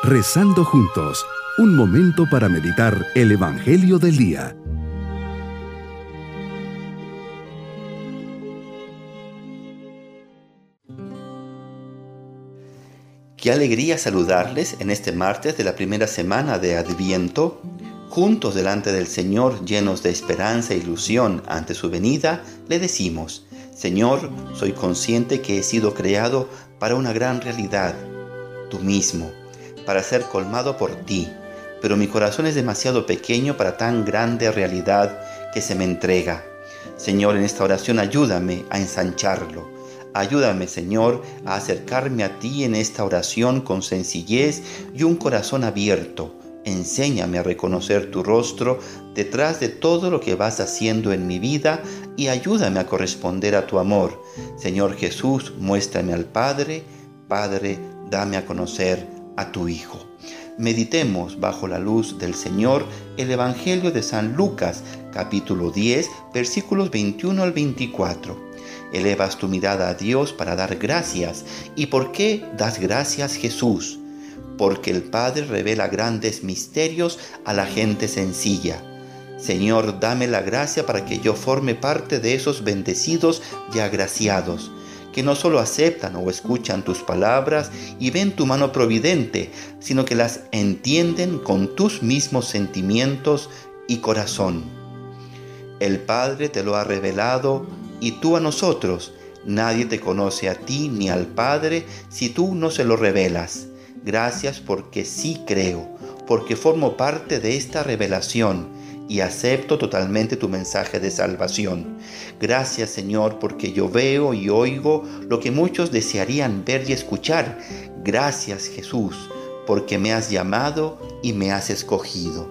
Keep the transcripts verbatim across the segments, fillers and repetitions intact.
Rezando juntos, un momento para meditar el Evangelio del día. Qué alegría saludarles en este martes de la primera semana de Adviento. Juntos delante del Señor, llenos de esperanza e ilusión ante su venida, le decimos: Señor, soy consciente que he sido creado para una gran realidad, tú mismo, para ser colmado por ti, pero mi corazón es demasiado pequeño para tan grande realidad que se me entrega. Señor, en esta oración ayúdame a ensancharlo. Ayúdame, Señor, a acercarme a ti en esta oración con sencillez y un corazón abierto. Enséñame a reconocer tu rostro detrás de todo lo que vas haciendo en mi vida y ayúdame a corresponder a tu amor. Señor Jesús, muéstrame al Padre. Padre, dame a conocer a tu Hijo. Meditemos bajo la luz del Señor el Evangelio de San Lucas, capítulo diez, versículos veintiuno al veinticuatro. Elevas tu mirada a Dios para dar gracias. ¿Y por qué das gracias, Jesús? Porque el Padre revela grandes misterios a la gente sencilla. Señor, dame la gracia para que yo forme parte de esos bendecidos y agraciados, que no solo aceptan o escuchan tus palabras y ven tu mano providente, sino que las entienden con tus mismos sentimientos y corazón. El Padre te lo ha revelado y tú a nosotros. Nadie te conoce a ti ni al Padre si tú no se lo revelas. Gracias porque sí creo, porque formo parte de esta revelación y acepto totalmente tu mensaje de salvación. Gracias, Señor, porque yo veo y oigo lo que muchos desearían ver y escuchar. Gracias, Jesús, porque me has llamado y me has escogido.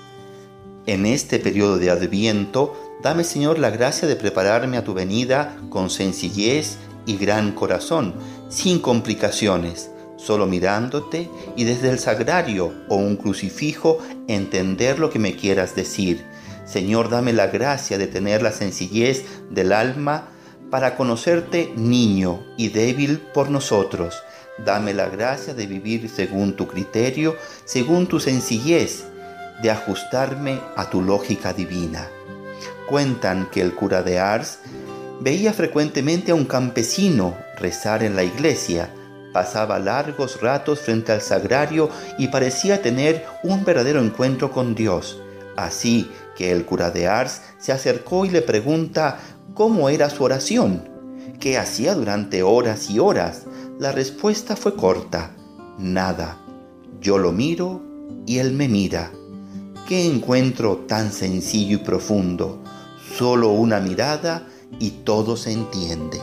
En este periodo de Adviento, dame, Señor, la gracia de prepararme a tu venida con sencillez y gran corazón, sin complicaciones, solo mirándote y desde el sagrario o un crucifijo entender lo que me quieras decir. Señor, dame la gracia de tener la sencillez del alma para conocerte niño y débil por nosotros. Dame la gracia de vivir según tu criterio, según tu sencillez, de ajustarme a tu lógica divina. Cuentan que el cura de Ars veía frecuentemente a un campesino rezar en la iglesia. Pasaba largos ratos frente al sagrario y parecía tener un verdadero encuentro con Dios. Así que el cura de Ars se acercó y le pregunta cómo era su oración, qué hacía durante horas y horas. La respuesta fue corta: nada. Yo lo miro y él me mira. Qué encuentro tan sencillo y profundo. Solo una mirada y todo se entiende.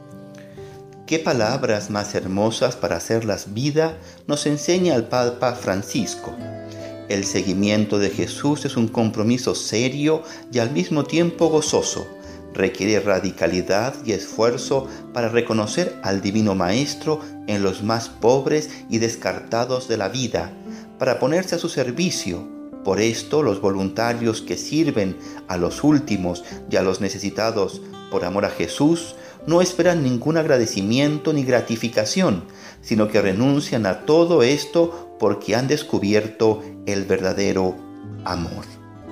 Qué palabras más hermosas para hacerlas vida nos enseña el Papa Francisco. El seguimiento de Jesús es un compromiso serio y al mismo tiempo gozoso. Requiere radicalidad y esfuerzo para reconocer al Divino Maestro en los más pobres y descartados de la vida, para ponerse a su servicio. Por esto, los voluntarios que sirven a los últimos y a los necesitados por amor a Jesús no esperan ningún agradecimiento ni gratificación, sino que renuncian a todo esto porque han descubierto el verdadero amor.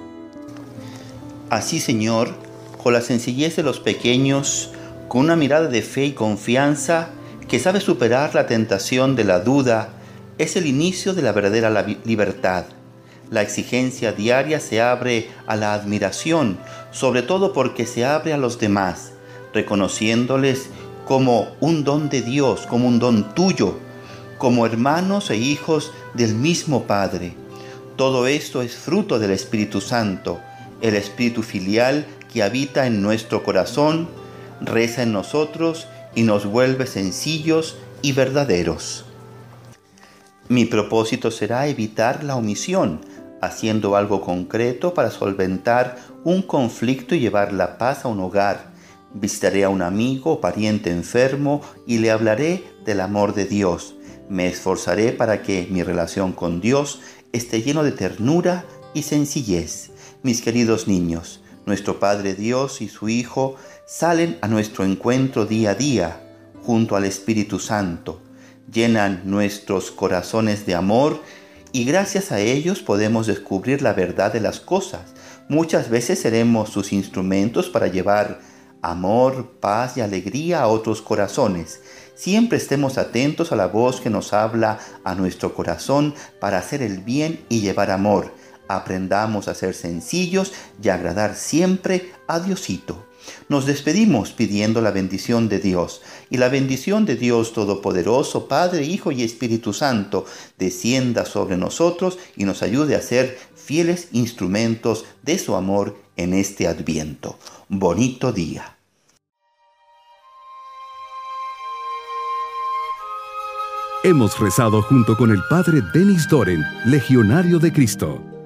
Así, Señor, con la sencillez de los pequeños, con una mirada de fe y confianza que sabe superar la tentación de la duda, es el inicio de la verdadera libertad. La exigencia diaria se abre a la admiración, sobre todo porque se abre a los demás, reconociéndoles como un don de Dios, como un don tuyo, como hermanos e hijos del mismo Padre. Todo esto es fruto del Espíritu Santo, el Espíritu filial que habita en nuestro corazón, reza en nosotros y nos vuelve sencillos y verdaderos. Mi propósito será evitar la omisión, haciendo algo concreto para solventar un conflicto y llevar la paz a un hogar. Visitaré a un amigo o pariente enfermo y le hablaré del amor de Dios. Me esforzaré para que mi relación con Dios esté lleno de ternura y sencillez. Mis queridos niños, nuestro Padre Dios y su Hijo salen a nuestro encuentro día a día, junto al Espíritu Santo. llenan nuestros corazones de amor y gracias a ellos podemos descubrir la verdad de las cosas. Muchas veces seremos sus instrumentos para llevar amor, paz y alegría a otros corazones. Siempre estemos atentos a la voz que nos habla a nuestro corazón para hacer el bien y llevar amor. Aprendamos a ser sencillos y agradar siempre a Diosito. Nos despedimos pidiendo la bendición de Dios, y la bendición de Dios Todopoderoso, Padre, Hijo y Espíritu Santo, descienda sobre nosotros y nos ayude a ser fieles instrumentos de su amor en este Adviento. Bonito día. Hemos rezado junto con el Padre Denis Doren, Legionario de Cristo.